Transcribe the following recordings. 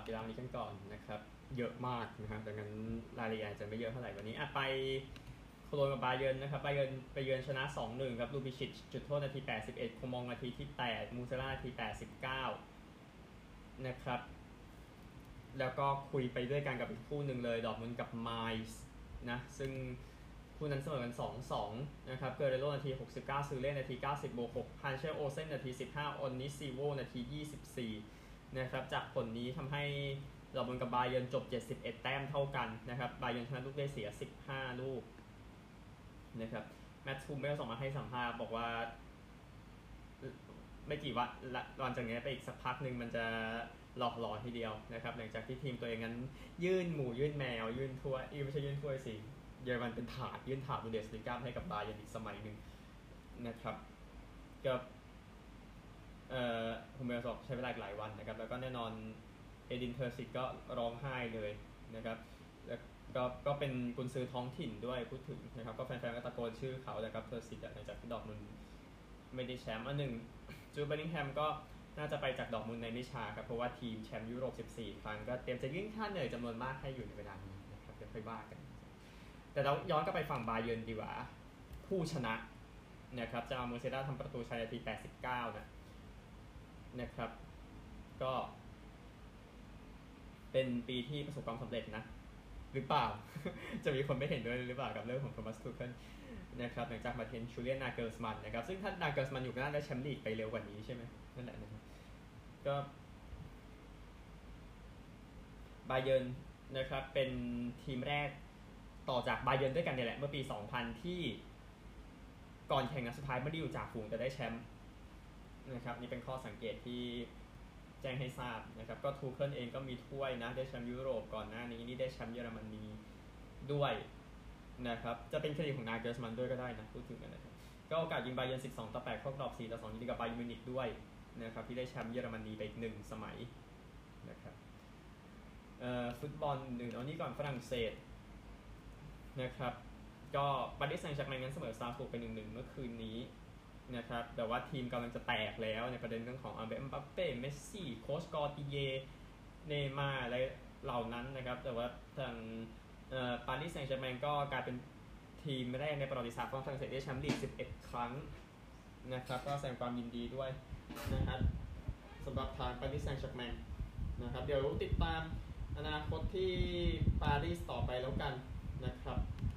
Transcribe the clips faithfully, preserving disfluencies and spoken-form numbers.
กีฬานี้กันก่อนนะครับเยอะมากนะฮะดังนั้นรายละเอียดจะไม่เยอะเท่าไหร่วันนี้อ่ะไปโคโลนกับบาเยิร์นนะครับบาเยิร์นไปเยือนชนะ สองหนึ่ง ครับลูบิชิชจุดโทษนาทีแปดสิบเอ็ดโคมองนาทีที่แปดมูเซล่านาทีแปดสิบเก้านะครับแล้วก็คุยไปด้วยกันกับอีกคู่หนึ่งเลยดอร์ทมุนด์กับไมซ์นะซึ่งคู่นั้นเสมอกัน สองสอง นะครับเกอร์เรโรนาทีหกสิบเก้าซูเล่นาทีเก้าสิบบวกหกฮันเชลโอเซนนาทีสิบห้าออนนิซิโวนาทียี่สิบสี่นะครับจากผลนี้ทำให้ดอร์ทมุนด์กับบาเยิร์นจบเจ็ดสิบเอ็ดแต้มเท่ากันนะครับบาเยิร์นชนะลูกได้เสียสิบห้าลูกนะครับแมตต์ทูเมลส่งมาให้สัมภาษณ์บอกว่าไม่กี่วันหลังจากนี้ไปอีกสักพักหนึ่งมันจะหลอกหลอนทีเดียวนะครับหลังจากที่ทีมตัวเองนั้นยื่นหมูยื่นแมวยื่นถ้วยไม่ใช่ยื่นถ้วยสิเยอรมันเป็นถาดยื่นถาดบูเดสลีกาให้กับบาเยิร์นอีกสมัยหนึ่งนะครับก็เอ่อผมเบอกใช้เวลาหลายวันนะครับแล้วก็แน่นอนเอดินเทอร์ซิตก็ร้องไห้เลยนะครับแล้วก็ก็เป็นกุนซือท้องถิ่นด้วยพูดถึงนะครับก็แฟนๆก็ตะโกนชื่อเขานะครับเทอร์ซิตหลังจากที่ดอร์ทมุนด์ไม่ได้แชมป์อันหนึ่งจูดเบลลิงแฮมก็น่าจะไปจากดอร์ทมุนด์ในไม่ช้าครับเพราะว่าทีมแชมป์ยุโรปสิบสี่ครั้งก็เตรียมจะยื่นค่าเหนื่อยจำนวนมากให้อยู่ในเวลานี้นะครับเดี๋ยวค่อยว่ากันแต่เราย้อนกลับไปฝั่งบาเยิร์นดีกว่าผู้ชนะนะครับจะเอามูเซล่าทำประตูชัยนาทีแปดสิบเก้านะนะครับก็เป็นปีที่ประสบความสำเร็จนะหรือเปล่า จะมีคนไม่เห็นด้วยหรือเปล่ากับเรื่องของโทมัสทูเคิลนะครับหลังจากมาเทนชูเลียนนาเกิลสมันนะครับซึ่งถ้านาเกิลสมันอยู่ก็น่าได้แชมป์ลีกไปเร็วกว่านี้ใช่ไหมนั่นแหละนะครับก็บาเยิร์นนะครับเป็นทีมแรกต่อจากบาเยิร์นด้วยกันเนี่ยแหละเมื่อปีสองพันที่ก่อนแข่งนัดสุดท้ายไม่ได้อยู่จากฝูงแต่ได้แชมป์นะครับนี่เป็นข้อสังเกตที่แจ้งให้ทราบนะครับก็ทูเคิลเองก็มีถ้วยนะได้แชมป์ยุโรปก่อนหน้านี้นี่ได้แชมป์เยอรมนีด้วยนะครับจะเป็นเครดิตของนาเกิลสมันด้วยก็ได้นะพูดถึงกันนะครับก็โอกาสยิงบาเยิร์นสิบสองต่อแปดเข้ารอบสี่ต่อสองยิงกับบาเยิร์นมิวนิกด้วยนะครับที่ได้แชมป์เยอรมนีไปอีกหนึ่งสมัยนะครับเอ่อฟุตบอลหนึ่งเอานี่ก่อนฝรั่งเศสนะครับก็ปารีสแซงต์แชร์แมงนั้นเสมอซาร์ฟูกไป หนึ่งหนึ่ง เมื่อคืนนี้นะครับแต่ว่าทีมกำลังจะแตกแล้วในประเด็นเรื่องของอัลเบร์ต เอ็มบัปเป้ เมสซี่ โค้ชกอร์ติเย เนย์มาร์อะไรเหล่านั้นนะครับแต่ว่าทางเอ่อปารีสแซงต์แชร์แมงก็กลายเป็นทีมแรกในประวัติศาสตร์ของฝรั่งเศสได้แชมป์ลีกสิบเอ็ดครั้งนะครับก็แสดงความยินดีด้วยนะครับสำหรับทางปารีสแซงต์แชร์แมงนะครับเดี๋ยวติดตามอนาคตที่ปารีสต่อไปแล้วกันนะครับ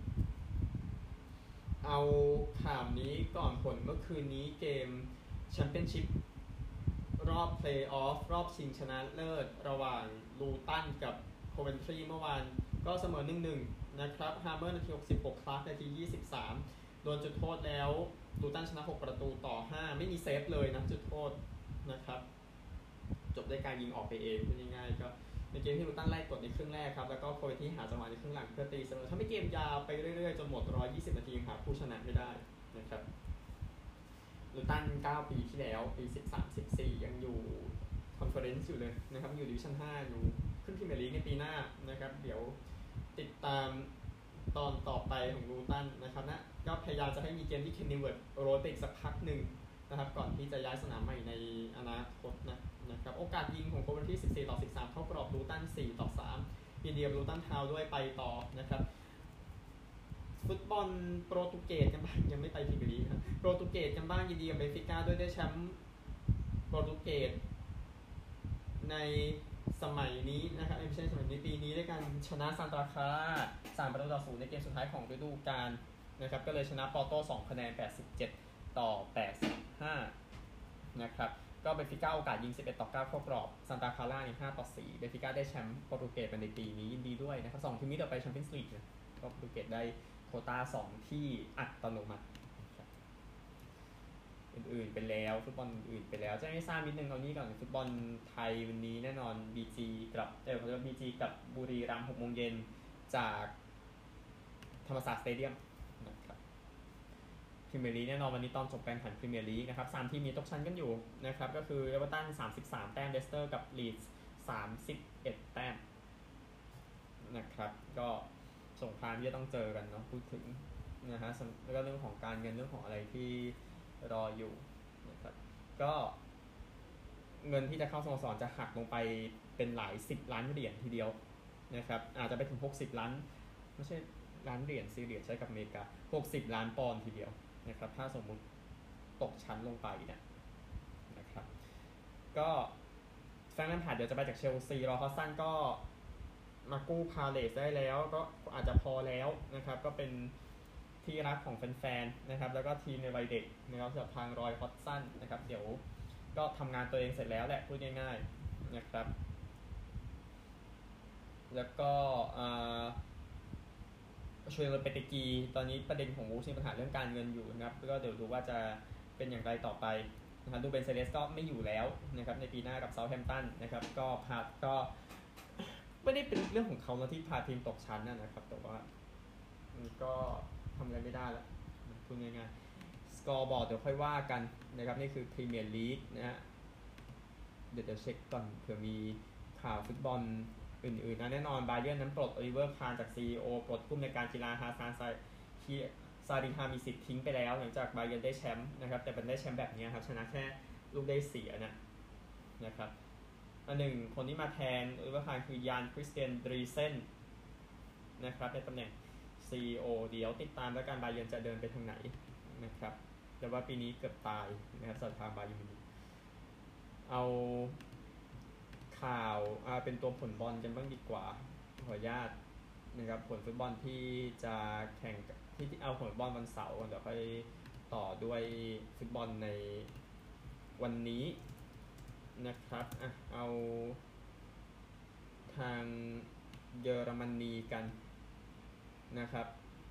เอาข่าวนี้ก่อนผลเมื่อคืนนี้เกมแชมเปี้ยนชิพรอบเพลย์ออฟรอบชิงชนะเลิศระหว่างลูตันกับโคเวนทรีเมื่อวานก็เสมอ หนึ่งหนึ่ง นะครับฮาร์เมอร์นาทีหกสิบหกคลาร์กนาทียี่สิบสามโดนจุดโทษแล้วลูตันชนะหกประตูต่อห้าไม่มีเซฟเลยนะจุดโทษนะครับจบด้วยการยิงออกไปเองพูดง่ายๆก็ในเกมที่ลูตันไล่กดในครึ่งแรกครับแล้วก็โคเวนทรีหาจังหวะในครึ่งหลังเพื่อตีเสมอทำให้เกมยาวไปเรื่อยๆจนหมดหนึ่งร้อยยี่สิบนาทีหาผู้ชนะไม่ได้นะครับลูตันเก้าปีที่แล้วปีสิบสาม สิบสี่ยังอยู่คอนเฟอเรนซ์อยู่เลยนะครับอยู่ดิวิชั่นห้าอยู่ขึ้นพรีเมียร์ลีกในปีหน้านะครับเดี๋ยวติดตามตอนต่อไปของลูตันนะครับนะก็พยายามจะให้มีเกมที่เคนนิเวิร์ดโรเตกสักพักหนึ่งนะครับก่อนที่จะย้ายสนามใหม่ในอนาคตนะนะครับโอกาสยิงของโคเวนทรีสิบสี่ต่อสิบสามเข้ากรอบลูตันสี่ต่อสามมีเดียลูตันทาวด้วยไปต่อนะครับฟุตบอลโปรตุเกสกันบ้างยังไม่ไปพรีเมียร์ลีกครับโปรตุเกสกันบ้างยินดีกับเบนฟิก้าด้วยได้แชมป์โปรตุเกสในสมัยนี้นะครับไม่ใช่สมัยนี้ปีนี้ด้วยกันชนะซานตาคาร่าสามประตูต่อศูนย์ในเกมสุดท้ายของฤดูกาลนะครับก็เลยชนะปอร์โต้สองคะแนนแปดสิบเจ็ดต่อแปดสิบห้านะครับก็เบนฟิก้าโอกาสยิงสิบเอ็ดต่อเก้าเข้ากรอบซานตาคาร่านี่ห้าต่อสี่เบนฟิก้าได้แชมป์โปรตุเกสในปีนี้ยินดีด้วยนะครับสองทีมนี้ต่อไปแชมเปี้ยนส์ลีกนะก็โปรตุเกสได้โควต้าสองที่อัตโนมัติอื่นๆไปแล้วฟุตบอลอื่นไปแล้วจะให้ทราบนิดนึงเอานี้ก่อนฟุตบอลไทยวันนี้แน่นอน บี จี กับเออเขาเรียก บี จี กับบุรีรัมย์ หกโมงเย็นจากธรรมศาสตร์สเตเดียมนะครับพรีเมียร์ลีกแน่นอนวันนี้ตอนจบการแข่งขันพรีเมียร์ลีกนะครับสามทีมมีตกชั้นกันอยู่นะครับก็คือเอเวอร์ตันสามสิบสามแต้มเลสเตอร์กับลีดส์สามสิบเอ็ดแต้มนะครับก็สงครามที่จะต้องเจอกันเนาะพูดถึงนะฮะแล้วก็เรื่องของการเงินเรื่องของอะไรที่รออยู่นะครับก็เงินที่จะเข้าสโมสรจะหักลงไปเป็นหลายสิบล้านเหรียญทีเดียวนะครับอาจจะไปถึงหกสิบล้านไม่ใช่ล้านเหรียญซีเหรียญใช้กับอเมริกาหกสิบล้านปอนด์ทีเดียวนะครับถ้าสมมุติตกชั้นลงไปเนี่ยนะครับก็แฟรงค์ แลมพาร์ดเดี๋ยวจะไปจากเชลซีรอคัสซันก็มากู้พาเลสได้แล้วก็อาจจะพอแล้วนะครับก็เป็นที่รักของแฟนๆนะครับแล้วก็ทีมในวัยเด็กนะครับสำหรับทางรอยฮอตซันนะครับเดี๋ยวก็ทำงานตัวเองเสร็จแล้วแหละพูดง่ายๆนะครับแล้วก็ช่วยเปเตกีตอนนี้ประเด็นของวูฟมีปัญหาเรื่องการเงินอยู่นะครับก็เดี๋ยวดูว่าจะเป็นอย่างไรต่อไปนะครับดูเบนเซเลสก็ไม่อยู่แล้วนะครับในปีหน้ากับเซาท์แฮมป์ตันนะครับก็พาก็ไม่ได้เป็นเรื่องของเขาที่พาทีมตกชั้นนะครับแต่ว่าก็ทำอะไรไม่ได้แล้วพูดง่ายๆสกอร์บอร์ดเดี๋ยวค่อยว่ากันนะครับนี่คือพรีเมียร์ลีกนะฮะเดี๋ยวจะเช็คก่อนเผื่อมีข่าวฟุตบอลอื่นๆนะแน่นอนบาเยิร์นนั้นปลดโอลิเวอร์คานจาก ซี อี โอ ปลดผู้อำนวยการกีฬาฮาซานซาที่ซาดิฮามีสิทธิ์ทิ้งไปแล้วหลังจากบาเยิร์นได้แชมป์นะครับแต่เป็นได้แชมป์แบบนี้ครับชนะแค่ลูกได้เสียนะนะครับอันหนึ่งคนที่มาแทนโอลิเวอร์คานคือยานคริสเตียนดรีเซนนะครับในตำแหน่ง ซี อี โอ เดี๋ยวติดตามแล้วกันบาเยิร์นจะเดินไปทางไหนนะครับแต่ว่าปีนี้เกือบตายนะครับสำหรับทางบาเยิร์นเอาข่าวเป็นตัวผลบอลกันบ้างดีกว่าขออนุญาตนะครับผลฟุตบอลที่จะแข่งที่เอาผลบอลวันเสาร์เดี๋ยวค่อยต่อด้วยฟุตบอลในวันนี้นะครับอ่ะเอาทางเยอรมนีกันนะครับ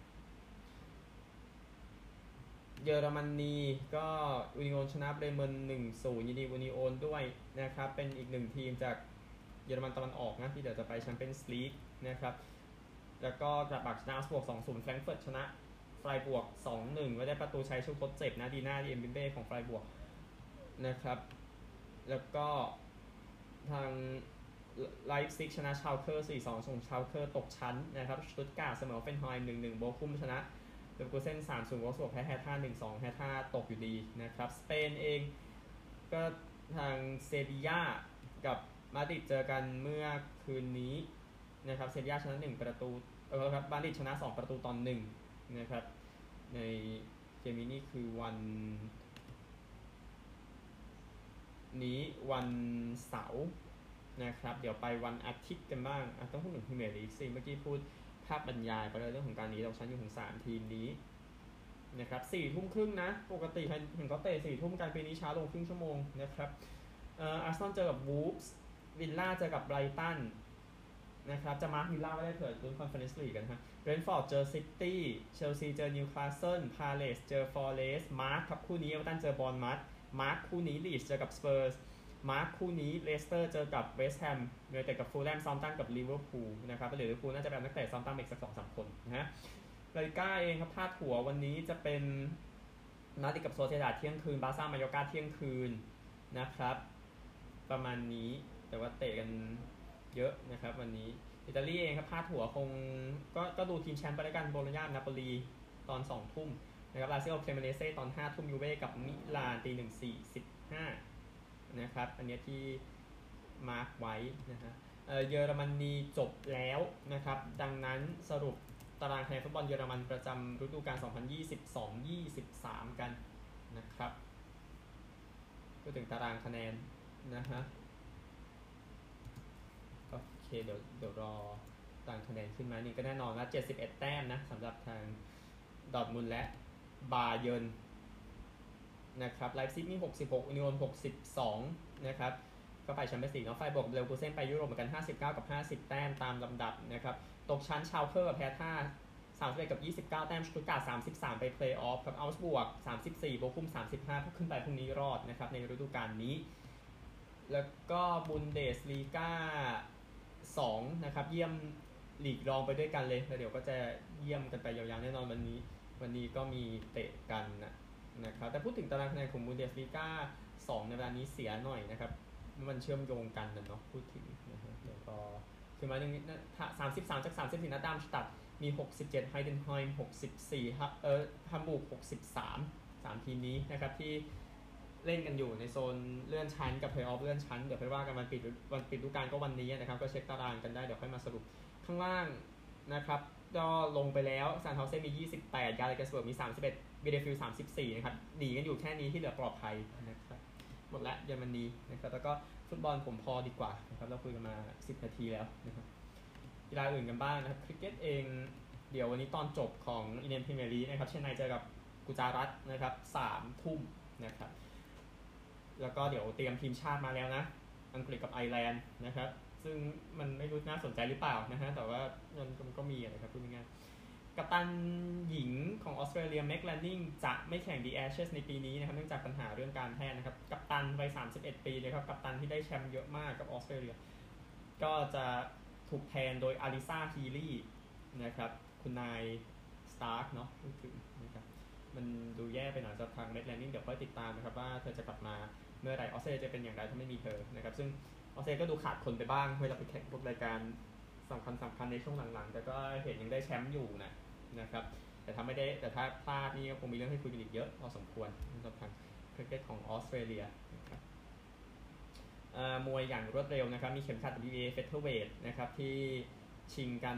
เยอรมนีก็อูนิโอนชนะเบรเมน หนึ่งศูนย์ ยินดีอูนิโอนด้วยนะครับเป็นอีกหนึ่งทีมจากเยอรมันตะวันออกนะที่เดี๋ยวจะไปแชมเปี้ยนส์ลีกนะครับแล้วก็กระบักชนะสบวก สองศูนย์ แฟรงก์เฟิร์ตชนะไฟบวก สองหนึ่ง ไม่ได้ประตูชัยช่วงทดเจ็บนะดีน่าดีเอ็มบิเบ้ของไฟบวกนะครับแล้วก็ทางไลฟ์ซิกชนะชาลเคอร์ สี่สอง ส่งชาลเคอร์ตกชั้นนะครับสตุตการ์ดเสมอเฟนไฮม์ หนึ่งหนึ่ง โบคุมชนะเลเวอร์คูเซ่น สามศูนย์ วอลฟสบวกแพ้แฮท่า หนึ่งสอง แฮท่าตกอยู่ดีนะครับสเปนเองก็ทางเซบีย่ากับมาดริดเจอกันเมื่อคืนนี้นะครับเซบีย่าชนะหนึ่งประตูเออครับมาดริดชนะสองประตูต่อหนึ่งนะครับในเกมนี้นี่คือวันนี้วันเสาร์นะครับเดี๋ยวไปวันอาทิตย์กันบ้างต้องพูดถึงพรีเมียร์ลีกสิเมื่อกี้พูดภาพบรรยายไปเลยเรื่องของการนี้เราชั้นอยู่ของสามทีมนี้นะครับสี่ทุ่มครึ่งนะปกติเห็นก็เตะสี่ทุ่มกันปีนี้ช้าลงครึ่งชั่วโมงนะครับเอ่ออาร์เซนอลเจอกับวูฟส์วิลล่าเจอกับไบรตันนะครับจะมาร์ควิลล่าไม่ได้เถิดลุ้นคอนเฟอเรนซ์ลีกกันฮะเบรนท์ฟอร์ดเจอซิตี้เชลซีเจอนิวคาสเซิลพาเลสเจอฟอเรสต์มาร์คครับคู่นี้เอเวอร์ตันเจอบอร์นมัธมาร์คคู่นี้ลีดส์เจอกับสเปอร์สมาร์คคู่นี้เลสเตอร์เจอกับเวสต์แฮมเนยแต่กับฟูลแลมซาวด์ตันกับลิเวอร์พูลนะครับหรือลิเวอร์พูลน่าจะเป็นนักเตะซาวด์ตันอีกสัก สองสาม คนนะฮะลาลิก้าเองครับพาดหัววันนี้จะเป็นนัดติดกับโซเซียดาดเที่ยงคืนบาร์ซ่ามายอร์กาเที่ยงคืนนะครับประมาณนี้แต่ว่าเตะกันเยอะนะครับวันนี้อิตาลีเองครับพาดหัวคงก็ก็ดูทีมแชมป์ไปด้วยกันโบโลญญานาโปลีตอน สองทุ่มนะครับลาซิโอเคเมเนเซ่ตอน ห้าทุ่มยูเว่กับมิลานตี หนึ่งสี่สิบห้านะครับอันนี้ที่มาร์คไว้นะฮะเอ่อเยอรมนีจบแล้วนะครับดังนั้นสรุปตารางคะแนนฟุตบอลเยอรมันประจำฤดูกาล สองพันยี่สิบสอง ยี่สิบสาม กันนะครับพูดถึงตารางคะแนนนะฮะโอเคเดี๋ยวเดี๋ยวรอตารางคะแนนขึ้นมานี่ก็แน่นอนว่าเจ็ดสิบเอ็ดแต้มนะสำหรับทางดอร์ทมุนด์และบาเยิร์นนะครับไลฟ์ซิกนี่หกสิบหกอูนิโอนหกสิบสองนะครับก็ไปแชมเปี้ยนส์ลีกเนาะไฟบวกเลเวอร์คูเซ่นไปยุโรปเหมือนกันห้าสิบเก้ากับห้าสิบแต้มตามลำดับนะครับตกชั้นชาลเคอร์กับแพท่าสามสิบเอ็ดกับยี่สิบเก้าแต้มสตุตการ์ดสามสิบสามไปเพลย์ออฟครับอัลส์บวกสามสิบสี่โบคุมสามสิบห้าพวกขึ้นไปพรุ่งนี้รอดนะครับในฤดูกาลนี้แล้วก็บุนเดสลีกาสองนะครับเยี่ยมลีกรองไปด้วยกันเลยแล้วเดี๋ยวก็จะเยี่ยมกันไปยาวๆแน่นอนวันนี้วันนี้ก็มีเตะกันนะนะครับแต่พูดถึงตารางคะแนนของบุนเดสลีกาสองในเวลานี้เสียหน่อยนะครับมันเชื่อมโยงกันนะเนาะพูดถึงนะฮะเดี๋ยวก็คือมาหนึ่งสามสิบสามจากสามสิบสี่นัดดามสตัดมีหกสิบเจ็ดไฮเดนไฮม์หกสิบสี่เอ่อฮัมบูร์กหกสิบสาม สามทีมนี้นะครับที่เล่นกันอยู่ในโซนเลื่อนชั้นกับเพลย์ออฟเลื่อนชั้นเดี๋ยวไปว่ากันวันปิดวันปิดฤดูกาลก็วันนี้นะครับก็เช็คตารางกันได้เดี๋ยวค่อยมาสรุปข้างล่างนะครับก็ลงไปแล้วซานเฮาเซ่มียี่สิบแปดกาลาเกสเบิร์กมีสามสิบเอ็ดบีเดฟิลสามสิบสี่นะครับหนีกันอยู่แค่นี้ที่เหลือปลอดภัยนะครับหมดละเยอรมนีนะครับแล้วก็ฟุตบอลผมพอดีกว่านะครับเราคุยกันมาสิบนาทีแล้วนะครับกีฬาอื่นกันบ้างนะครับคริกเก็ตเองเดี๋ยววันนี้ตอนจบของอินเดียนพรีเมียร์ลีกนะครับเชนไนเจอกับกุจารัตนะครับสามทุ่มนะครับแล้วก็เดี๋ยวเตรียมทีมชาติมาแล้วนะอังกฤษกับไอร์แลนด์นะครับซึ่งมันไม่รู้น่าสนใจหรือเปล่านะฮะแต่ว่ามันก็มีนะครับพูดง่ายๆกัปตันหญิงของออสเตรเลียแม็กแลนนิงจะไม่แข่ง The Ashes ในปีนี้นะครับเนื่องจากปัญหาเรื่องการแพทย์นะครับกัปตันวัยสามสิบเอ็ดปีนะครับกัปตันที่ได้แชมป์เยอะมากกับออสเตรเลียก็จะถูกแทนโดยอาริซาฮีลี่นะครับคุณนายสตาร์กเนาะพูดถึงนะครับมันดูแย่ไปหน่อยสำหรับทางแม็กแลนนิงเดี๋ยวค่อยติดตามนะครับว่าเธอจะกลับมาเมื่อไหร่ออสเตรเลียจะเป็นอย่างไรถ้าไม่มีเธอนะครับซึ่งออสเตรเลียก็ดูขาดคนไปบ้างเวลาไปแข่งพวกรายการสำคัญสำคัญในช่วงหลังๆแต่ก็เห็นยังได้แชมป์อยู่นะนะครับแต่ถ้าไม่ได้แต่ถ้าพลาดนี่ก็คงมีเรื่องให้คุยกันอีกเยอะพอสมควรสำหรับทางคริกเก็ตของออสเตรเลียนะครับมวยอย่างรวดเร็วนะครับมีเข็มขัด ดับเบิลยู บี เอ Featherweight นะครับที่ชิงกัน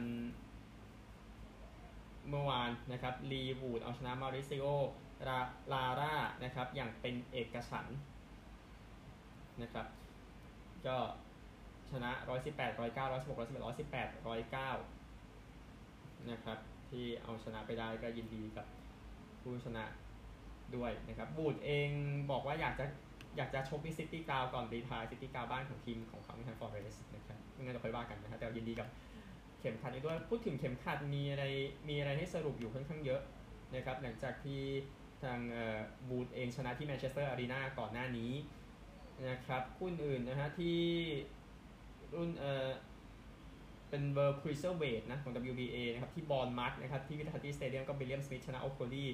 เมื่อวานนะครับลีวูดเอาชนะมาริซิโอลาร่านะครับอย่างเป็นเอกฉันท์นะครับก็ชนะหนึ่งร้อยสิบแปด หนึ่งร้อยเก้า หนึ่งร้อยสิบหก หนึ่งร้อยสิบเอ็ด หนึ่งร้อยสิบแปด หนึ่งร้อยเก้านะครับที่เอาชนะไปได้ก็ยินดีกับผู้ชนะด้วยนะครับบูดเองบอกว่าอยากจะอยากจะชกที่ซิตี้กราวก่อนรีไทร์ซิตี้กราวบ้านของทีมของเขาในแฮมฟอร์เรสต์นะครับไม่งั้นเราค่อยว่ากันนะครับแต่ยินดีกับเข็มขัดนี้ด้วยพูดถึงเข็มขัดมีอะไรมีอะไรให้สรุปอยู่ค่อนข้างเยอะนะครับหลังจากที่ทางบูดเองชนะที่แมนเชสเตอร์อารีนาก่อนหน้านี้นะครับคู่อื่นนะฮะที่รุ่นเอ่อเป็นเวอร์ครูเซอร์เวทนะของ ดับเบิลยู บี เอ นะครับที่บอร์นมัธนะครับที่วิทยาทีสเตเดียมก็วิลเลียมสมิธชนะโอโคลี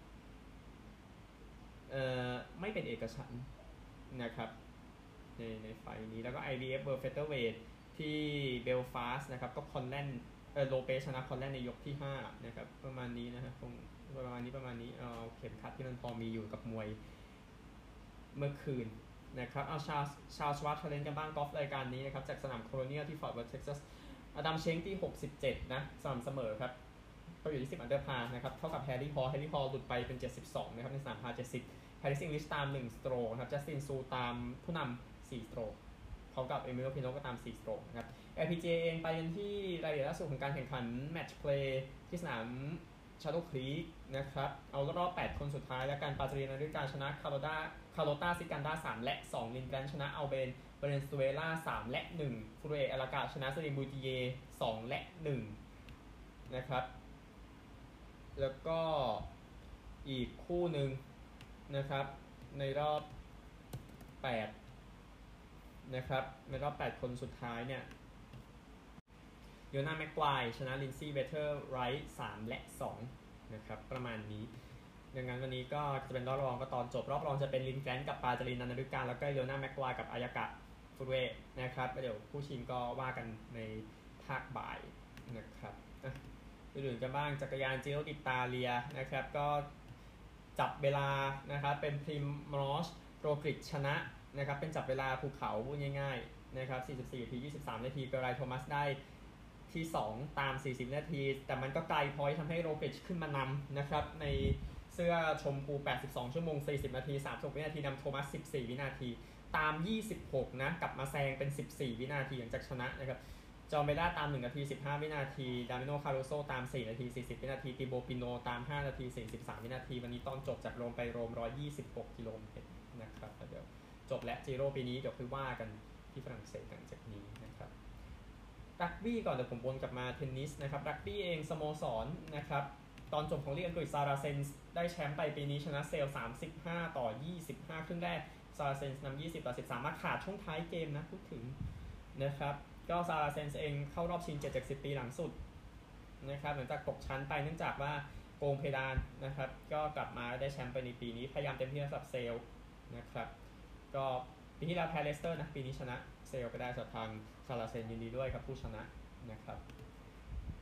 เอ่อไม่เป็นเอกฉันท์นะครับในในไฟนี้แล้วก็ ไอ บี เอฟ เวอร์เฟเธอร์เวทที่เบลฟาสต์นะครับก็คอนแลนเออโลเปชนะคอนแลนในยกที่ห้านะครับประมาณนี้นะฮะคงประมาณนี้ประมาณนี้เอาเข็มขัดที่มันพอมีอยู่กับมวยเมื่อคืนนะครับเอาชาวชาวสวัตเทเลนกันบ้างกอล์ฟรายการนี้นะครับจากสนามโคโลเนียลที่ฟอร์ตเวิร์ธเท็กซัสอดัมเชงที่หกสิบเจ็ดนะสม่ำเสมอครับเขาอยู่ที่สิบอันเดอร์พาร์นะครับเท่ากับแฮร์รี่ฮอลแฮร์รี่ฮอลหลุดไปเป็นเจ็ดสิบสองนะครับในสนามพาเจ็ดสิบแฮร์ริสอิงลิชตามหนึ่งสโตรกนะครับจัสตินซูตามผู้นำสี่สโตรกพร้อมกับเอมิโลพิโนก็ตามสี่สโตรกนะครับ แอล พี จี เอ เองไปกันที่รายละเอียดล่าสุดของการแข่งขันแมตช์เพลย์ที่สนามชาโดว์ครีกนะครับเอารอบแปดคนสุดท้ายและการปาเจเรียนด้วยการชนะคาร์โลตาคาร์โลตาซิกันดาสามและสองลินแกรนชนะอัลเบนเบเรนซุเอลาสามและหนึ่งฟูเรเอลากาชนะซาริบูติเยสองและหนึ่งนะครับแล้วก็อีกคู่หนึ่งนะครับในรอบแปดนะครับในรอบแปดคนสุดท้ายเนี่ยโยนาแม็กควายชนะลินซี่เบเทอร์ไรท์สามและสองนะครับประมาณนี้ดังนั้นวันนี้ก็จะเป็นรอบรองก็ตอนจบรอบรองจะเป็นลินแกรนกับปาจารินนันทฤการแล้วก็โยนาแม็กควายกับอายากะฟุตเวนะครับเดี๋ยวผู้ชิงก็ว่ากันในภาคบ่ายนะครับอื่นๆกันบ้างจักรยานจิโรอิตาเลียนะครับก็จับเวลานะครับเป็นพริมมอสโรกริกชนะนะครับเป็นจับเวลาภูเขาพูดง่ายๆนะครับสี่สิบสี่นาทียี่สิบสามนาทีเกอร์ไรโทมัสได้ที่สองตามสี่สิบนาทีแต่มันก็ไกลพอที่ทำให้โรกริกขึ้นมานำนะครับในเสื้อชมพูแปดสิบสองชั่วโมงสี่สิบนาทีสามสิบหกวินาทีนำโทมัสสิบสี่วินาทีตามยี่สิบหกนะกลับมาแซงเป็นสิบสี่วินาทีหลังจากชนะนะครับจอร์เมล่าตามหนึ่งนาทีสิบห้าวินาทีดามิโนคาร์โลโซตามสี่นาทีสี่สิบวินาทีติโบปิโนตามห้านาทีสี่สิบสามวินาทีวันนี้ตอนจบจากโรมไปโรมหนึ่งร้อยยี่สิบหกกิโลเมตรนะครับเดี๋ยวจบและจิโร่ปีนี้เดี๋ยวค่อยว่ากันที่ฝรั่งเศสหลังจากนี้นะครับรักบี้ก่อนเดี๋ยวผมวนกลับมาเทนนิสนะครับรักบี้เองสโมสรนะครับตอนจบของลีกอังกฤษซาราเซนส์ได้แชมป์ไปปีนี้ชนะเซลสามสิบห้าต่อยี่สิบห้าครึ่งแรกซาราเซนส์นำยี่สิบต่อสิบสามมาขาดช่วงท้ายเกมนะพูดถึงนะครับก็ซาราเซนส์เองเข้ารอบชิงเจ็ดจากสิบปีหลังสุดนะครับหลังจากตกชั้นไปเนื่องจากว่าโกงเพดานนะครับก็กลับมาได้แชมป์ไปในปีนี้พยายามเต็มที่สำหรับเซลนะครับก็ปีที่แล้วแพ้เลสเตอร์นะปีนี้ชนะเซลไปได้จากทางซาราเซนยินดีด้วยครับผู้ชนะนะครับ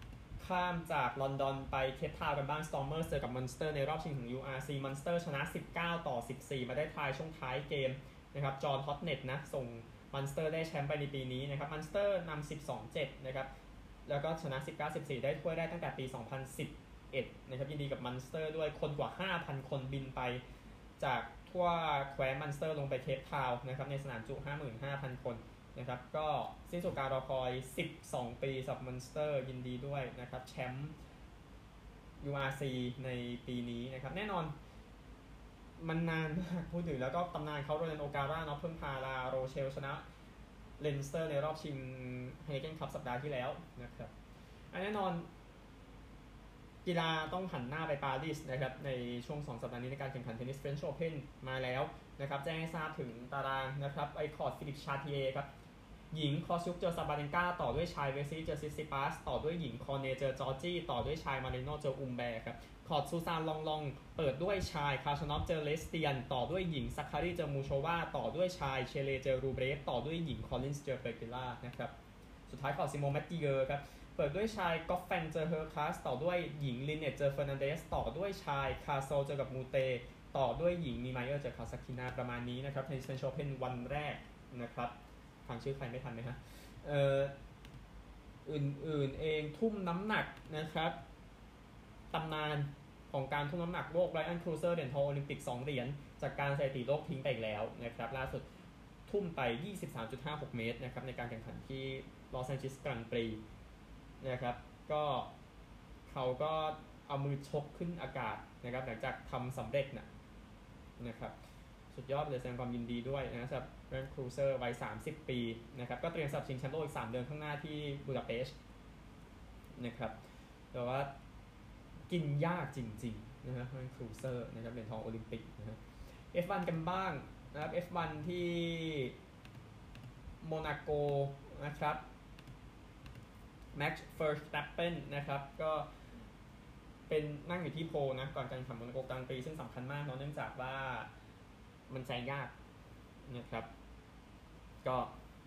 ข้ามจากลอนดอนไปเคปทาวน์กันบ้าง Stormers เจอกับ Monster ในรอบชิงของ ยู อาร์ ซี Monster ชนะสิบเก้าต่อสิบสี่มาได้ทายช่วงท้ายเกมนะครับจอห์นฮอตเน็ตนะส่ง Monster ได้แชมป์ไปในปีนี้นะครับ Monster นำ สิบสองเจ็ด นะครับแล้วก็ชนะ สิบเก้าสิบสี่ ได้ถ้วยได้ตั้งแต่ปี สองพันสิบเอ็ด นะครับยินดีกับ Monster ด้วยคนกว่า ห้าพัน คนบินไปจากทั่วแคว้น Monster ลงไปเคปทาวน์นะครับในสนามจุ ห้าหมื่นห้าพัน คนนะครับก็สิ้นสุดการรอคอยสิบสองปีสำหรับ Monster ยินดีด้วยนะครับแชมป์ ยู อาร์ ซี ในปีนี้นะครับแน่นอนมันนานมากพูดถึงแล้วก็ตำนานเขาโรนันโอการ่าเนาะเพิ่งพาลาโรเชลชนะเลนสเตอร์ในรอบชิงไฮเกนคัพสัปดาห์ที่แล้วนะครับแน่นอนกีฬาต้องหันหน้าไปปารีสนะครับในช่วงสองสัปดาห์นี้ในการแข่งขันเทนนิสเฟรนช์โอเพ่นมาแล้วนะครับแจ้งให้ทราบถึงตารางนะครับไอคอร์ดฟิลิปชาร์ติเอครับหญิงคอซุกเจอซาบาเลนกาต่อด้วยชายเวซี่เจอซิซิปัสต่อด้วยหญิงคอเนเจอจอร์จี้ต่อด้วยชายมาเรโนเจออุมแบร์ครับคอร์ดซูซานลองลองเปิดด้วยชายคาชานอฟเจอเลสเตียนต่อด้วยหญิงซัคคารีเจอมูโชวาต่อด้วยชายเชเลเจอรูเบรฟต่อด้วยหญิงคอลลินส์เจอเปเกล่านะครับสุดท้ายคอร์ดซิโมแมตติเกอร์ครับเปิดด้วยชายกอฟแฟงเจอเฮอร์คลาสต่อด้วยหญิงลินเนตเจอเฟอร์นันเดสต่อด้วยชายคาโซเจอกับมูเตต่อด้วยหญิงมีไมเออร์เจอคาซาคินาประมาณนี้นะครับในเซนโชเพนวันแรกนะครับฟังชื่อใครไม่ทันไหมฮะเอ่ออื่นๆเองทุ่มน้ำหนักนะครับตำนานของการทุ่มน้ำหนักโลกไรอันครูเซอร์เหรียญทองโอลิมปิกสองเหรียญจากการสถิติโลกทิ้งไปอีกแล้วนะครับล่าสุดทุ่มไป ยี่สิบสามจุดห้าหก เมตรนะครับในการแข่งขันที่ลอสแอนเจลิสกรังปรีนะครับก็เขาก็เอามือชกขึ้นอากาศนะครับหลังจากทำสำเร็จนะนะครับสุดยอดเลยแสดงความยินดีด้วยนะสำหรับแรนครูเซอร์วัยสามสิบปีนะครับก็เตรียมสำหรับชิงแชมป์โลกอีกสามเดือนข้างหน้าที่บูดาเปสต์นะครับแต่ว่ากินยากจริงๆนะครับแรนครูเซอร์นะครับเหรียญทองโอลิมปิกนะฮะ เอฟ วัน กันบ้างนะครับ เอฟ วัน ที่โมนาโกนะครับแม็กซ์เฟอร์สแตปเปนนะครับก็เป็นนั่งอยู่ที่โพลนะก่อนการแข่งขันโมนาโกกลางปีซึ่งสำคัญมากเนื่องจากว่ามันแซงยากนะครับก็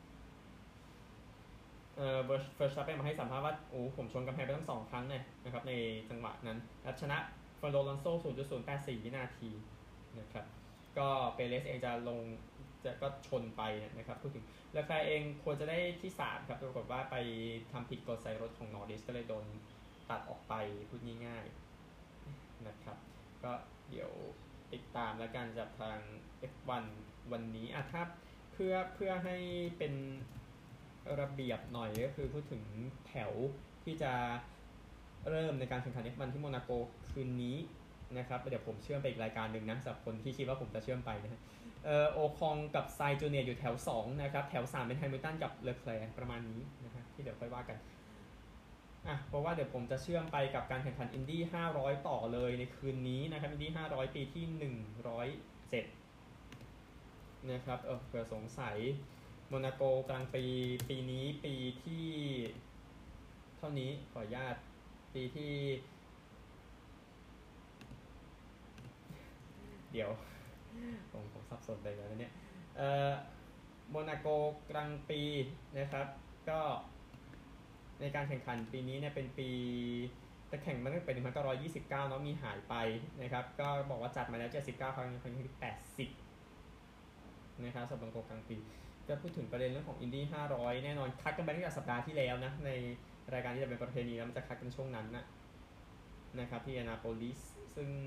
เอ่อเฟิร์สแตปเปนมาให้สัมภาษณ์ว่าโอ้ผมชนกำแพงไปทั้งสองครั้งเนี่ยนะครับในจังหวะนั้นแล้วชนะเฟอร์โรลอนโซ่ ศูนย์จุดศูนย์แปดสี่ วินาทีนะครับก็เปเรสเองจะลงจะก็ชนไปนะครับพูดถึงเลอแคลร์เองควรจะได้ที่สามครับปรากฏว่าไปทำผิดกฎใส่รถของนอร์ดิสก็เลยโดนตัดออกไปพูดง่ายๆนะครับก็เดี๋ยวติดตามแล้วกันจากทาง เอฟ วัน วันนี้อ่ะถ้าเพื่อเพื่อให้เป็นระเบียบหน่อยก็คือพูดถึงแถวที่จะเริ่มในการแข่งขัน เอฟ วัน ที่โมนาโกคืนนี้นะครับเดี๋ยวผมเชื่อมไปอีกรายการหนึ่งนะสำหรับคนที่คิดว่าผมจะเชื่อมไปนะฮะเอ่อโอคองกับไซจูเนียร์อยู่แถวสองนะครับแถวสามเป็นไฮมิลตันกับเลอแคลร์ประมาณนี้นะฮะที่เดี๋ยวค่อยว่ากันอ่ะเพราะว่าเดี๋ยวผมจะเชื่อมไปกับการแข่งขันอินดี้ห้าร้อยต่อเลยในคืนนี้นะครับอินดี้ห้าร้อยปีที่หนึ่งร้อยเจ็ดนะครับเออเผื่อสงสัยโมนาโกกลางปีปีนี้ปีที่เท่านี้ขออนุญาตปีที่เดี๋ยวผมผมสับสนไปแล้วเนี่ยเอ่อโมนาโกกลางปีนะครับก็ในการแข่งขันปีนี้เนี่ยเป็นปีแต่แข่งมาตั้งแต่ปีหนึ่งพันเก้าร้อยยี่สิบเก้าเนาะมีหายไปนะครับก็บอกว่าจัดมาแล้วเจ็ดสิบเก้าครั้งครั้งที่แปดสิบนะครับสำหรับโมนาโกกลางปีก็พูดถึงประเด็นเรื่องของอินดี้ห้าร้อยแน่นอนคัดกันไปตั้งแต่สัปดาห์ที่แล้วนะในรายการที่จะเป็นประเพณีแล้วมันจะคัดกันช่วงนั้นนะนะครับที่อนาโปลิสซึ่ง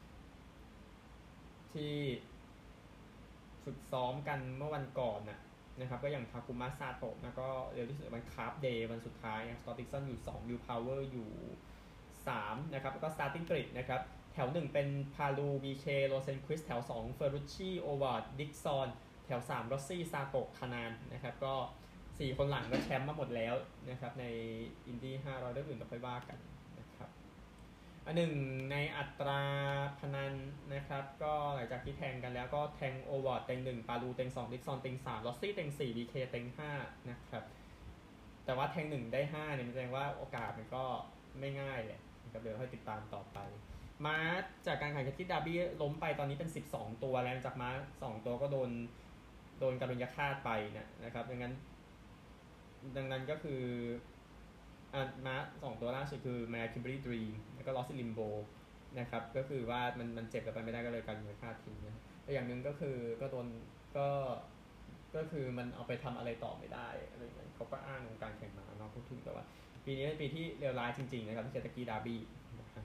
ที่ฝึกซ้อมกันเมื่อวันก่อนนะนะครับก็อย่างทาคุมะซาโตะนะก็เร็วที่สุดวันคาร์ฟเดย์วันสุดท้ายสกอตติสันอยู่สองวิวพาวเวอร์อยู่สามนะครับแล้วก็สตาร์ติ้งกริดนะครับแถวหนึ่งเป็นพาลูบีเคโรเซนควิสแถวสองเฟอร์รุชชี่โอวาร์ดดิกซอนแถวสามรอสซี่ซาโตะคานานนะครับก็สี่คนหลังก็แชมป์มาหมดแล้วนะครับในอินดี้ห้าร้อยเรื่องอื่นเราค่อยว่ากันนะครับอันหนึ่งในอัตราพนันนะครับก็หลังจากที่แทงกันแล้วก็แทงโอวอร์ดเต็งหนึ่งปาลูเต็งสองดิกซอนเต็งสามลอสซี่เต็งสี่บีเคเต็งห้านะครับแต่ว่าแทงหนึ่งได้ห้าเนี่ยมันแสดงว่าโอกาสมันก็ไม่ง่ายแหละนะครับเดี๋ยวค่อยติดตามต่อไปม้าจากการแข่งขันที่ดาร์บี้ล้มไปตอนนี้เป็นสิบสองตัวแล้วจากม้าสองตัวก็โดนโดนการุญยฆาตไปนะนะครับดังนั้นดังนั้นก็คืออ่ะม้าสองตัวล่าสุดคือ Mare Kimberly Dream แล้วก็ Lost in Limbo นะครับก็คือว่ามันมันเจ็บกันไปไม่ได้ก็เลยกันเลยค่าทิ้งนะแต่อย่างหนึ่งก็คือก็โดนก็ก็คือมันเอาไปทำอะไรต่อไม่ได้อะไรอย่างเงี้ยเขาก็อ้างวงการแข่งม้าเนาะพูดถึงแต่ว่าปีนี้เป็นปีที่เลวร้ายจริงๆนะครับที่เคนตักกี้ดาร์บี้นะครับ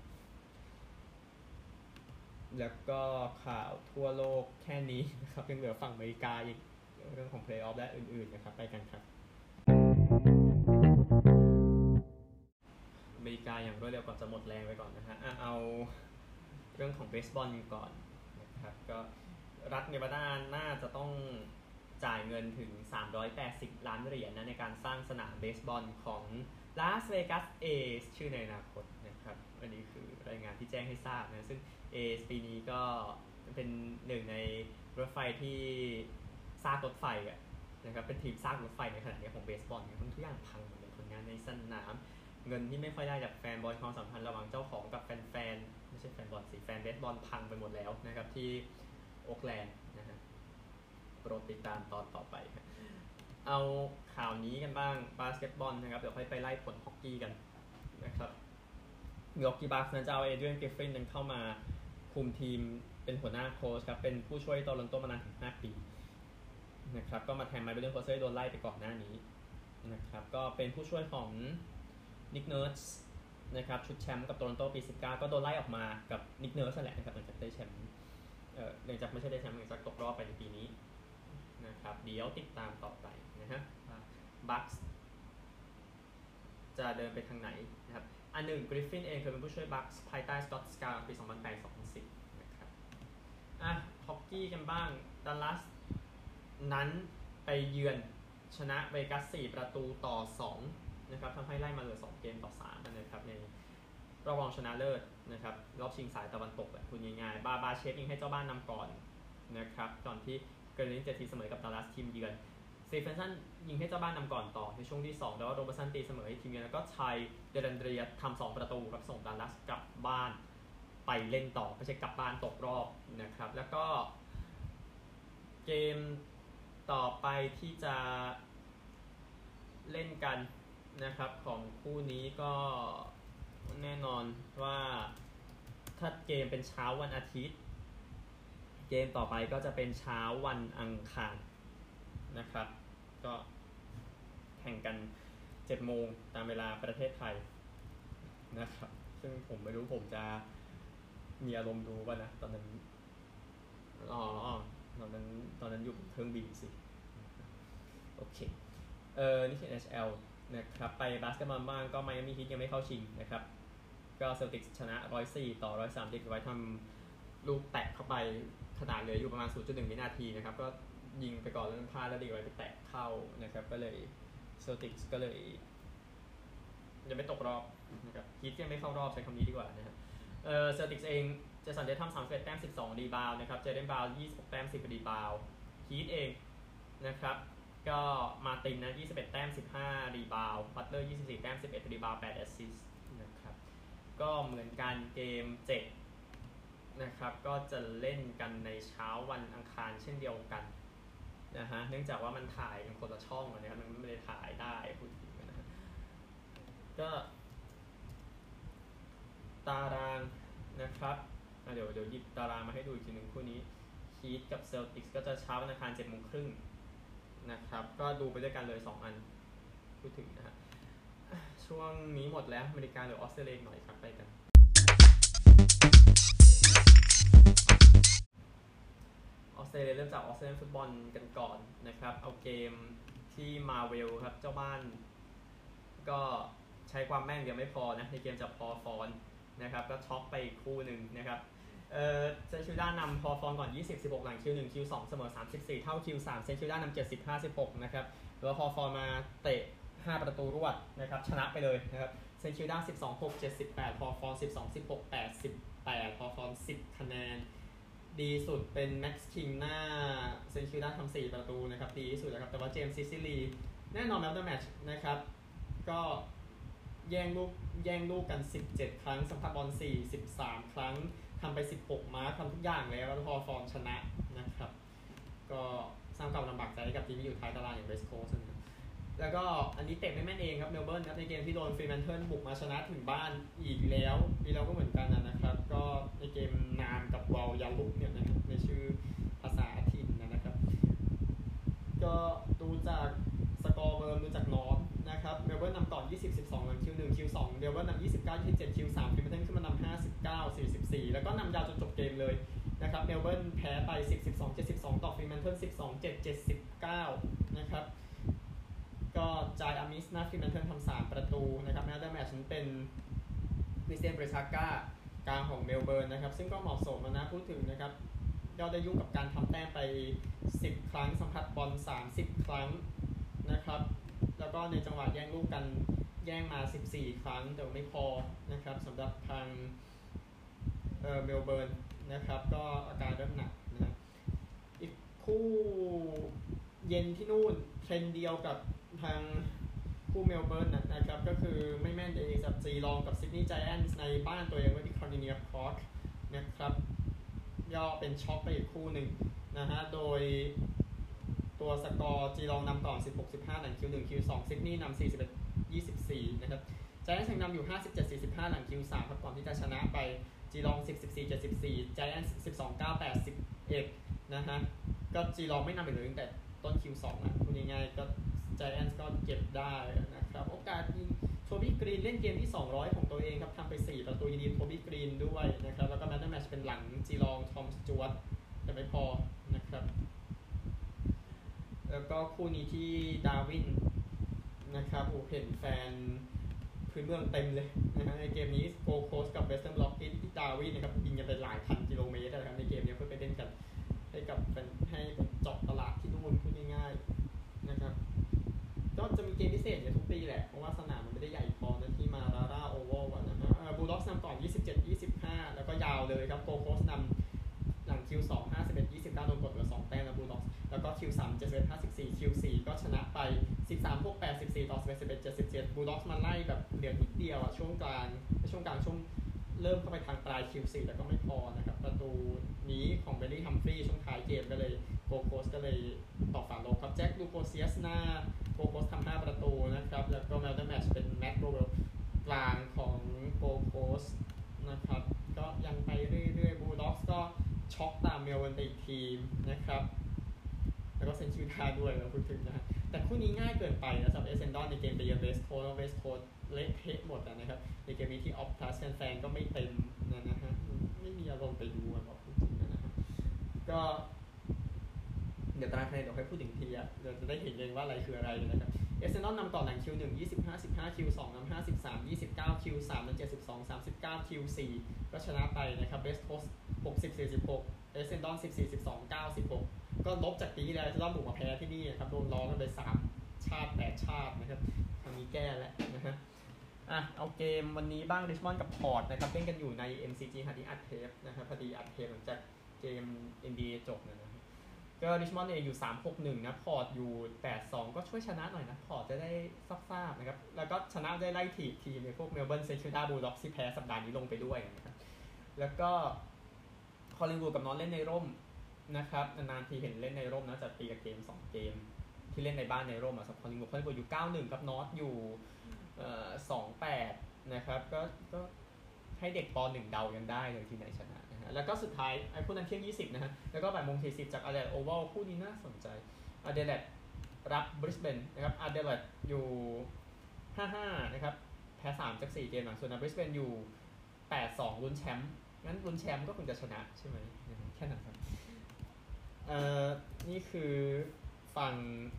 แล้วก็ข่าวทั่วโลกแค่นี้นะครับยังเหลือฝั่งอเมริกาอีกเรื่องของเพลย์ออฟและอื่นๆนะครับไปกันครับอเมริกาอย่างรวดเร็วก่อนจะหมดแรงไปก่อนนะฮะเอาเรื่องของเบสบอลก่อนนะครับก็รัฐเนวาดาน่าจะต้องจ่ายเงินถึงสามร้อยแปดสิบล้านเหรียญนะในการสร้างสนามเบสบอลของลาสเวกัสเอซชื่อในอนาคตนะครับอันนี้คือรายงานที่แจ้งให้ทราบนะซึ่งเอซปีนี้ก็เป็นหนึ่งในรถไฟที่สร้างรถไฟอะนะครับเป็นทีมสร้างรถไฟในขณะนี้ของเบสบอลเนี่ยทุกอย่างพังหมดเลยผลงานในสนามเงินที่ไม่ค่อยได้จากแฟนบอลความสัมพันธ์ระหว่างเจ้าของกับแฟนๆไม่ใช่แฟนบอลสิแฟนเบสบอลพังไปหมดแล้วนะครับที่โอ๊คแลนด์นะฮะโปรดติดตามตอนต่อไปเอาข่าวนี้กันบ้างบาสเกตบอลนะครับเดี๋ยวค่อยไปไล่ผลฮอกกี้กันนะครับมิลวอกกี้บัคส์นั้นจะเอาเอเดรียน กริฟฟินเข้ามาคุมทีมเป็นหัวหน้าโค้ชครับเป็นผู้ช่วยโตลอนโตมานานถึงห้าปีนะครับก็มาแทนไมเคิล โคเซ่โดนไล่ไปก่อนหน้านี้นะครับก็เป็นผู้ช่วยของนิกเนิร์สนะครับชุดแชมป์กับโตลอนโตปีสิบเก้าก็โดนไล่ออกมากับนิกเนิร์สนั่นแหละนะครับหลังจากได้แชมป์เอ่อหลังจากไม่ใช่ได้แชมป์หลังจากตกรอบไปในปีนี้นะครับเดี๋ยวติดตามต่อไปนะฮะบัคส์จะเดินไปทางไหนนะครับอันหนึ่งกริฟฟินเองเคยเป็นผู้ช่วยบัคส์ภายใต้สกอตต์สกาปีสองพันแปด สองพันสิบนะครับอ่ะฮอกกี้กันบ้างดัลลัสนั้นไปเยือนชนะเวกัสสี่ประตูต่อสองนะครับทำให้ไล่มาเหลือสองเกมต่อสามนะครับในรอบรองชนะเลิศนะครับรอบชิงสายตะวันตกแบบพูดง่ายๆบาบาเชฟยิงให้เจ้าบ้านนำก่อนนะครับก่อนที่เกรลินจะทีเสมอกับดัลลัสทีมเยือนสตีเฟนสันยิงให้เจ้าบ้านนำก่อนต่อในช่วงที่สองแล้วโรเบอร์สันตีเสมอให้ทีมเยือนแล้วก็ชัยเดรันเดรียทำสองประตูครับส่งดัลลัสกลับบ้านไปเล่นต่อไม่ใช่กลับบ้านตกรอบนะครับแล้วก็เกมต่อไปที่จะเล่นกันนะครับของคู่นี้ก็แน่นอนว่าถ้าเกมเป็นเช้าวันอาทิตย์เกมต่อไปก็จะเป็นเช้าวันอังคารนะครับก็แข่งกันเจ็ดโมงตามเวลาประเทศไทยนะครับซึ่งผมไม่รู้ผมจะมีอารมณ์ดูป่ะนะตอนนั้นอ๋อตอนนั้นตอนนั้นอยู่เครื่องบินสิโอเคเออนี่คือ เอช แอล นะครับไปบาสเกตบอลบ้างก็ไมอามี่ฮีทยังไม่เข้าชิงนะครับก็เซลติกชนะหนึ่งร้อยสี่ต่อหนึ่งร้อยสามสิบไว้ทำลูกแตะเข้าไปขนาดเหลืออยู่ประมาณ ศูนย์จุดหนึ่ง วินาทีนะครับก็ยิงไปก่อนแล้วพลาดแล้วดีไว้ไปแตะเข้านะครับก็เลยเซลติกก็เลยยังไม่ตกรอบนะครับฮีทยังไม่เข้ารอบใช้คำนี้ดีกว่านะครับเออเซลติกเองเจสันเดททำสามสิบเอ็ดแต้มสิบสองรีบาวนะครับเจเดนบาวยี่สิบหกแต้มสิบรีบาวฮีทเองนะครับก็มาตินนะยี่สิบเอ็ดแต้มสิบห้ารีบาวบัตเลอร์ยี่สิบสี่แต้มสิบเอ็ดรีบาวแปดแอสซิสต์นะครับก็เหมือนกันเกมเจ็ดนะครับก็จะเล่นกันในเช้าวันอังคารเช่นเดียวกันนะฮะเนื่องจากว่ามันถ่ายเป็นคนละช่องนะครับมันไม่ได้ถ่ายได้พูดถึงนะฮะก็ตารางนะครับเดี๋ยวเดี๋ยวหยิบตารางมาให้ดูอีกทีหนึ่งคู่นี้ฮีทกับเซลติกส์ก็จะเช้าวันอังคารเจ็ดโมงครึ่งนะครับก็ดูไปด้วยกันเลยสองอันพูดถึงนะฮะช่วงนี้หมดแล้วอเมริกาหรือออสเตรเลียหน่อยครับไปกันออสเตรเลียเริ่มจากออสเตรเลียนฟุตบอลกันก่อนนะครับเอาเกมที่มาเวลครับเจ้าบ้านก็ใช้ความแม่นยังไม่พอนะในเกมจับพอฟอนนะครับก็ช็อกไปอีกคู่หนึ่งนะครับเอ่อเซนชิลด้านำพอฟอนก่อนยี่สิบ สิบหกหลังคิวหนึ่งคิวสองเสมอสามสิบสี่เท่าคิวสามเซนชิลด้านำเจ็ดสิบ ห้าสิบหกนะครับแล้วพอฟอนมาเตะห้าประตูรวดนะครับชนะไปเลยนะครับเซนชิลด้าสิบสอง หก เจ็ดสิบแปดพอฟอนสิบสอง สิบหก แปดสิบแปดพอฟอนสิบคะแนนดีสุดเป็นแม็กซ์คิงหน้าเซนชิลด้าทำสี่ประตูนะครับดีที่สุดนะครับแต่ว่าเจมส์ซิซิลีแน่นอนแมตช์เดอะแมตช์นะครับก็แย่งลูกแย่งลูกกันสิบเจ็ดครั้งสัมผัสบอลสี่สิบสามครั้งทำไปสิบหกมาร์คทำทุกอย่างแล้วแล้วพอฟอร์มชนะนะครับก็สร้างความลำบากใจให้กับทีมที่อยู่ท้ายตารางอย่างเวสต์โคสต์นะแล้วก็อันนี้เตะไม่แม่นเองครับเมลเบิร์นครับในเกมที่โดนฟรีแมนเทิลบุกมาชนะถึงบ้านอีกแล้วปีเราก็เหมือนกันนะครับก็ในเกมนามกับวอลยาลุกเนี่ยนะครับในชื่อภาษาถิ่นนะครับก็ดูจากสกอร์เบิร์มดูจากน้องนะครับเมลเบิร์นนำก่อนยี่สิบ สิบสองหลังคิวหนึ่งคิวสองเมลเบิร์นนำยี่สิบเก้า ยี่สิบเจ็ดคิวสามฟรีแมนเทิลขึ้นมานำห้าสิบเก้า สี่สิบสี่แล้วก็นำยาวจนจบเกมเลยนะครับเมลเบิร์นแพ้ไปสิบ สิบสอง เจ็ดสิบสองต่อฟรีแมนเทิลสิบสอง เจ็ด เจ็ดสิบเก้านะครับก็จายอามิสนาฟรีแมนเทิลทำสามประตูนะครับแมตช์เดอร์แมตช์นั้นเป็นวิสเตียนเบรซาก้ากลางของเมลเบิร์นนะครับซึ่งก็เหมาะสมนะพูดถึงนะครับยอดได้ยุ่งกับการทำแต้มไปสิบครั้งสัมผัสบอลสามสิบครั้งนะครับแล้วก็ในจังหวะแย่งลูกกันแย่งมาสิบสี่ครั้งแต่ไม่พอนะครับสำหรับทางเอ่อเมลเบิร์นนะครับก็อาการเริ่มหนักนะอีกคู่เย็นที่นู่นเทรนเดียวกับทางคู่เมลเบิร์นนะครับก็คือไม่แม่นเองสับจีลองกับซิดนีย์ไจแอนท์ในบ้านตัวเองไว้ที่คอนดิเนียพาร์คนะครับย่อเป็นช็อคไปอีกคู่หนึ่งนะฮะโดยตัวสกอร์จีลองนำก่อน สิบหก สิบห้า หลังคิวหนึ่งคิวสองซิดนีย์นำสี่สิบเอ็ด ยี่สิบสี่นะครับไจแอนท์ยังนำอยู่ห้าสิบเจ็ด สี่สิบห้าหลังคิวสามครับก่อนที่จะชนะไปจีลองสิบ สิบสี่ เจ็ดสิบสี่ไจแอนท์สิบสอง เก้า แปด สิบเอ็ดนะฮะก็จีลองไม่นำอีกเลยตั้งแต่ต้นคิวสองนะพูดง่ายๆก็ไจแอนท์ก็เก็บได้นะครับโอกาสยิงโทบี้กรีนเล่นเกมที่สองร้อยของตัวเองครับทำไปสี่ประตูยิงดีโทบี้กรีนด้วยนะครับแล้วก็แมตช์แมตช์เป็นหลังจีลองทอมสจวตแต่ไม่พอนะครับแล้วก็คู่นี้ที่ดาร์วินนะครับโอ้เห็นแฟนพื้นเมืองเต็มเลยนะฮะในเกมนี้โกโคสกับเวสเทิร์นบล็อกที่ดาร์วินนะครับบินกันไปหลายพันกิโลเมตรนะครับในเกมนี้เพื่อไปเล่นกันให้กับให้เจาะตลาดที่นู่นพูดง่ายๆนะครับก็จะมีเกมพิเศษอย่างทุกปีแหละเพราะว่าสนามมันไม่ได้ใหญ่พอนะที่มาราร่าโอเวอร์นะฮะบูลด็อกส์นำก่อนยี่สิบเจ็ด ยี่สิบห้าแล้วก็ยาวเลยครับโกโคสนำหลังคิวสอง ห้าสิบเอ็ด ยี่สิบเก้าโดนกดเหลือสองแต้มนะบูลด็อกส์แล้วก็คิวสาม เจ็ดสิบเอ็ด ห้าสิบสี่ คิวสี่ก็ชนะไปสิบสาม หก แปด สิบสี่ต่อสิบเอ็ด สิบเอ็ด เจ็ดสิบเจ็ดบูลด็อกส์มาไล่แบบเหลือนิดเดียวอ่ะช่วงกลางช่วงกลางช่วงเริ่มเข้าไปทางปลาย คิว สี่ แต่ก็ไม่พอนะครับประตูนี้ของเบลลี่ฮัมฟรีย์ช่วงท้ายเกมก็เลยโกโคสก็เลยตอกฝาโลครับแจ็คลูโคเซียสหน้าโกโคสทำห้าประตูนะครับแล้วก็แมตช์เดอร์แมตช์เป็นแมตต์โรเวลกลางของโกโคสนะครับก็ยังไปเรื่อยๆบูลด็อกส์ก็ช็อกตามเมลเบิร์นไปอีกทีมนะครับแล้วก็เซนชูท่าด้วยเราพูดถึงนะฮะแต่คู่นี้ง่ายเกินไปนะสำหรับเอเซนดอนในเกมไปเยือนเวสต์โคสต์เวสต์โคสต์เละเทะหมดนะครับในเกมนี้ที่ออฟพลัสแฟนๆก็ไม่เต็มนะฮะไม่มีอารมณ์ไปดูอ่ะบอกพูดถึงนะฮะก็เดี๋ยวตารางคะแนนเดี๋ยวค่อยพูดถึงทีอ่ะเดี๋ยวจะได้เห็นเองว่าอะไรคืออะไรนะครับเอเซนดอนนำก่อนหลังคิวหนึ่ง ยี่สิบห้า สิบห้า คิวสองนำห้าสิบสาม ยี่สิบเก้า คิวสามนำเจ็ดสิบสอง สามสิบเก้า คิวสี่ก็ชนะไปนะครับเวสต์โคสต์หกสิบ สี่สิบหกเอเซนดอนสิบสี่ สิบสอง เก้า สิบหกก็ลบจากปีที่แล้วจะต้องบุกมาแพ้ที่นี่ครับโดนล้อกันไปสามชาติแปดชาตินะครับทางนี้แก้แล้วนะฮะอ่ะเอาเกมวันนี้บ้างริชมอนด์กับพอร์ตนะครับเล่นกันอยู่ใน เอ็ม ซี จี ฮาร์ดดิสก์อัดเทปนะครับพอดีอัดเทปหลังจากเกม เอ็น บี เอ จบนะนะก็ริชมอนด์เองอยู่สามหกหนึ่งนะพอร์ตอยู่แปดสองก็ช่วยชนะหน่อยนะพอร์ตจะได้ทราบๆนะครับแล้วก็ชนะได้ไล่ถีบทีมในพวกเมลเบิร์นเซนชูด้าบูลด็อกส์ที่แพ้สัปดาห์นี้ลงไปด้วยนะครับแล้วก็คอลลินวูดกับนอนเล่นในร่มนะครับนานๆทีเห็นเล่นในร่มนะจะตีกับเกมสองเกมที่เล่นในบ้านในร่มอ่ะสำหรับคอลลินวูดคอลลินวูดอยู่เก้าหนึ่งกับนอตอยู่เอ่อสองแปดนะครับก็ก็ให้เด็กป.หนึ่งเดากันได้เลยที่ไหนชนะนะฮะแล้วก็สุดท้ายไอ้คู่นั้นเที่ยงยี่สิบนะฮะแล้วก็บ่ายโมงสี่สิบจากอเดเลดโอวัลคู่นี้น่าสนใจอเดเลดรับบริสเบนนะครับอเดเลดอยู่ห้าห้านะครับแพ้สามจากสี่เกมหลังส่วนบริสเบนอยู่แปดสองลุ้นแชมป์งั้นลุ้นแชมป์ก็คงจะชนะใช่ไหมแค่นั้นครับเอ่อนี่คือฝั่ง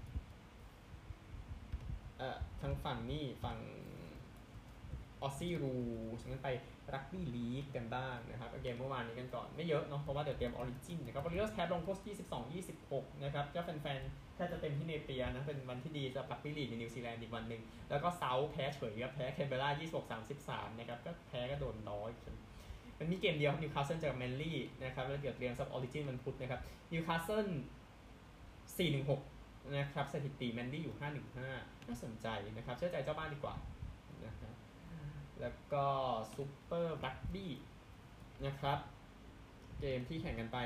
เอ่อทางฝั่งนี่ฝั่งออสซี่รูฉะนั้นไปรักบี้ลีกกันบ้างนะครับเกมเมื่อวานนี้กันก่อนไม่เยอะเนาะเพราะว่าเดี๋ยวเตรียมออริจินนะครับบริเวณแพ้ลงโคสยี่สิบสอง ยี่สิบหกนะครับก็แฟนๆแค่จะเต็มที่เนเปียนะเป็นวันที่ดีสำหรับรักบี้ลีกในนิวซีแลนด์อีกวันหนึ่งแล้วก็เซาท์แพ้เฉยครับแพ้แคนเบอร์รายี่สิบหก สามสิบสามนะครับก็แพ้ก็โดนน้อยมันมีเกมเดียวครับนิวคาสเซิลเจอกับแมนลี่นะครับแล้วเดี๋ยวเตรียมซับออริจินมันพุธนะครับนิวคาสเซิลสี่หนึ่งหกนะครับสถิติแมนลี่อยู่ห้าหนึ่งห้าน่าสนใจนะครับเชื่อใจเจ้าบ้านดีกว่านะครับแล้วก็ซูเปอร์รักบี้นะครับเกมที่แข่งกันไป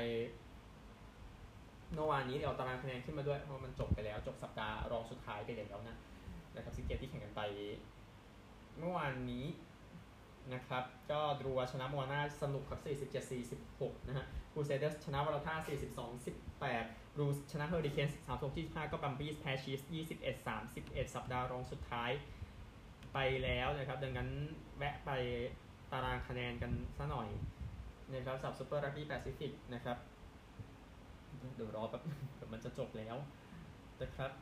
เมื่อวานนี้เดี๋ยวตารางคะแนนขึ้นมาด้วยเพราะมันจบไปแล้วจบสัปดาห์รองสุดท้ายไปแล้วนะนะครับซึ่งเกมที่แข่งกันไปเมื่อวานนี้นะครับก็ดรัวชนะมัวนาสนุกครับ สี่สิบเจ็ด สี่สิบหก นะฮะครูเซเดอร์ชนะวอลท่า สี่สิบสอง สิบแปด รูสชนะเฮอริเคนส์ สามสิบหก ยี่สิบห้า ก็บัมบี้แพ้ชีฟส์ ยี่สิบเอ็ด สามสิบเอ็ด สัปดาห์รองสุดท้ายไปแล้วนะครับดังนั้นแวะไปตารางคะแนนกันซะหน่อยนะครับสำหรับซูเปอร์รักบี้แปซิฟิกนะครับเดี๋ยวรอแป๊บเดี๋ยวมันจะจบแล้วนะครับ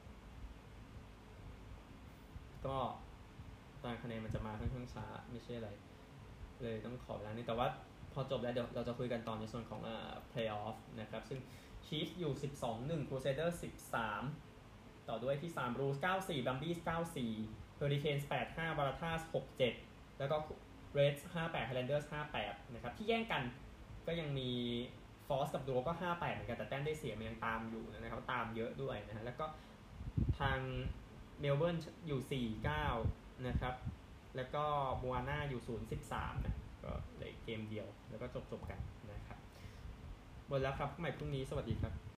ก็ตารางคะแนนมันจะมาค่อนข้างช้าไม่ใช่อะไรเลยต้องขอเวลานิดแต่ว่าพอจบแล้วเดี๋ยวเราจะคุยกันตอนในส่วนของเอ่อ playoff นะครับซึ่ง Chiefs อยู่ สิบสองหนึ่ง Crusaders สิบสามต่อด้วยที่สาม Roos เก้าสี่ Brumbies เก้าสี่ Hurricanes แปดห้า Waratahs หกเจ็ดแล้วก็ Reds ห้าแปด Highlanders ห้าแปดนะครับที่แย่งกันก็ยังมี Force กับ Draw ก็ห้าแปดเหมือนกันแต่แต้มได้เสียมันยังตามอยู่นะครับตามเยอะด้วยนะฮะแล้วก็ทางเมลเบิร์นอยู่ สี่เก้า นะครับแล้วก็มัวนาอยู่ ศูนย์สิบสาม นะก็เหลือเกมเดียวแล้วก็จบๆกันนะครับหมดแล้วครับพบกันใหม่พรุ่งนี้สวัสดีครับ